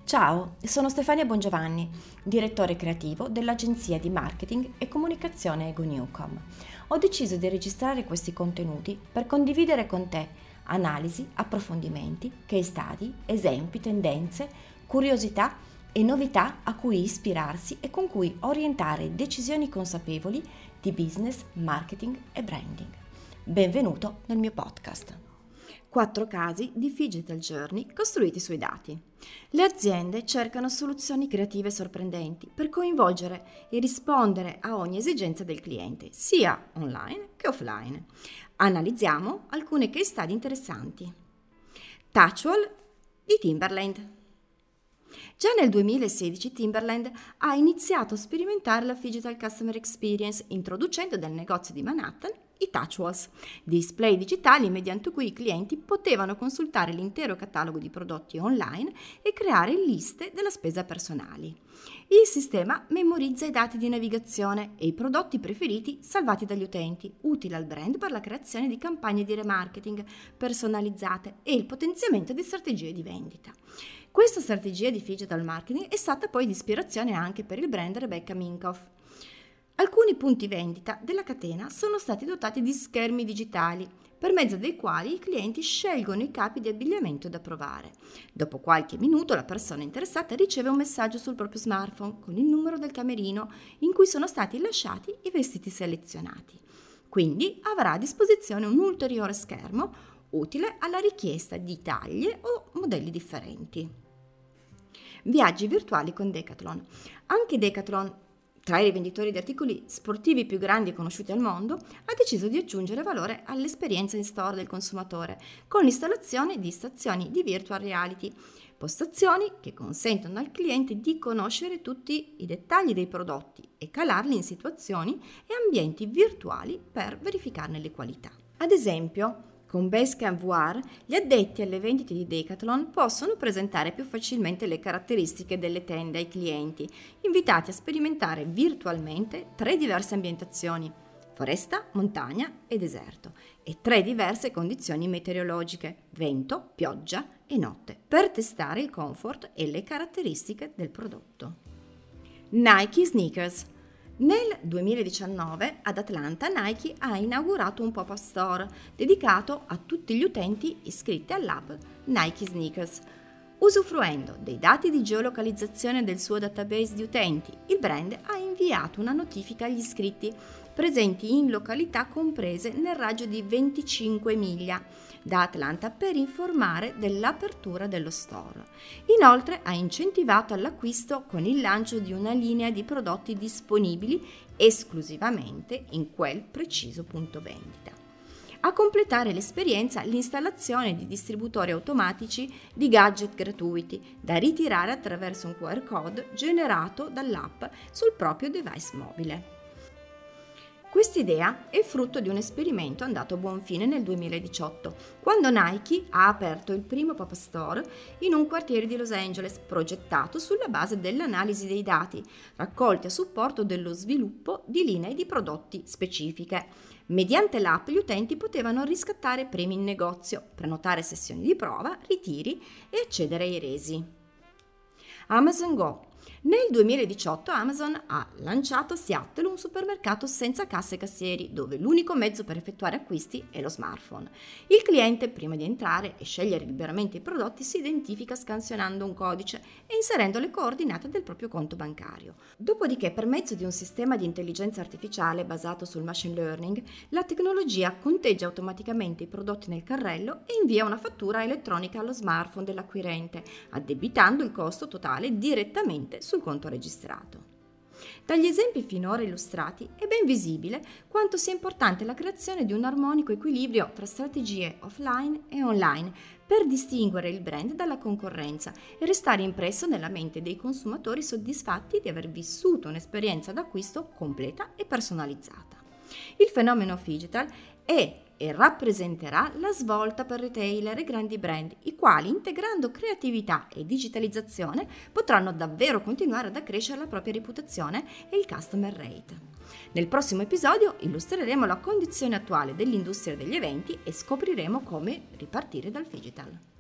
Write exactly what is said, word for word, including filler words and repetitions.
Ciao, sono Stefania Bongiovanni, direttore creativo dell'agenzia di marketing e comunicazione Ego Newcom. Ho deciso di registrare questi contenuti per condividere con te analisi, approfondimenti, case study, esempi, tendenze, curiosità e novità a cui ispirarsi e con cui orientare decisioni consapevoli di business, marketing e branding. Benvenuto nel mio podcast. Quattro casi di digital journey costruiti sui dati. Le aziende cercano soluzioni creative e sorprendenti per coinvolgere e rispondere a ogni esigenza del cliente, sia online che offline. Analizziamo alcune case study interessanti. Touchwall di Timberland. Già nel duemilasedici Timberland ha iniziato a sperimentare la Digital Customer Experience introducendo nel negozio di Manhattan i Touchwalls, display digitali mediante cui i clienti potevano consultare l'intero catalogo di prodotti online e creare liste della spesa personali. Il sistema memorizza i dati di navigazione e i prodotti preferiti salvati dagli utenti, utile al brand per la creazione di campagne di remarketing personalizzate e il potenziamento di strategie di vendita. Questa strategia di digital marketing è stata poi di ispirazione anche per il brand Rebecca Minkoff. Alcuni punti vendita della catena sono stati dotati di schermi digitali, per mezzo dei quali i clienti scelgono i capi di abbigliamento da provare. Dopo qualche minuto la persona interessata riceve un messaggio sul proprio smartphone con il numero del camerino in cui sono stati lasciati i vestiti selezionati. Quindi avrà a disposizione un ulteriore schermo utile alla richiesta di taglie o modelli differenti. Viaggi virtuali con Decathlon. Anche Decathlon, tra i rivenditori di articoli sportivi più grandi e conosciuti al mondo, ha deciso di aggiungere valore all'esperienza in store del consumatore con l'installazione di stazioni di virtual reality, postazioni che consentono al cliente di conoscere tutti i dettagli dei prodotti e calarli in situazioni e ambienti virtuali per verificarne le qualità. Ad esempio, con Basecamp V R, gli addetti alle vendite di Decathlon possono presentare più facilmente le caratteristiche delle tende ai clienti, invitati a sperimentare virtualmente tre diverse ambientazioni: foresta, montagna e deserto, e tre diverse condizioni meteorologiche: vento, pioggia e notte, per testare il comfort e le caratteristiche del prodotto. Nike Sneakers. Nel duemiladiciannove ad Atlanta Nike ha inaugurato un pop-up store dedicato a tutti gli utenti iscritti all'app Nike Sneakers. Usufruendo dei dati di geolocalizzazione del suo database di utenti, il brand ha inviato una notifica agli iscritti presenti in località comprese nel raggio di venticinque miglia da Atlanta per informare dell'apertura dello store. Inoltre ha incentivato all'acquisto con il lancio di una linea di prodotti disponibili esclusivamente in quel preciso punto vendita. A completare l'esperienza l'installazione di distributori automatici di gadget gratuiti da ritirare attraverso un Q R code generato dall'app sul proprio device mobile. Quest'idea è frutto di un esperimento andato a buon fine nel duemiladiciotto, quando Nike ha aperto il primo pop-up store in un quartiere di Los Angeles, progettato sulla base dell'analisi dei dati, raccolti a supporto dello sviluppo di linee di prodotti specifiche. Mediante l'app gli utenti potevano riscattare premi in negozio, prenotare sessioni di prova, ritiri e accedere ai resi. Amazon Go. Nel duemiladiciotto Amazon ha lanciato a Seattle un supermercato senza casse e cassieri, dove l'unico mezzo per effettuare acquisti è lo smartphone. Il cliente, prima di entrare e scegliere liberamente i prodotti, si identifica scansionando un codice e inserendo le coordinate del proprio conto bancario. Dopodiché, per mezzo di un sistema di intelligenza artificiale basato sul machine learning, la tecnologia conteggia automaticamente i prodotti nel carrello e invia una fattura elettronica allo smartphone dell'acquirente, addebitando il costo totale direttamente sul conto registrato. Dagli esempi finora illustrati è ben visibile quanto sia importante la creazione di un armonico equilibrio tra strategie offline e online per distinguere il brand dalla concorrenza e restare impresso nella mente dei consumatori soddisfatti di aver vissuto un'esperienza d'acquisto completa e personalizzata. Il fenomeno digital è e rappresenterà la svolta per retailer e grandi brand, i quali, integrando creatività e digitalizzazione, potranno davvero continuare ad accrescere la propria reputazione e il customer rate. Nel prossimo episodio illustreremo la condizione attuale dell'industria degli eventi e scopriremo come ripartire dal digital.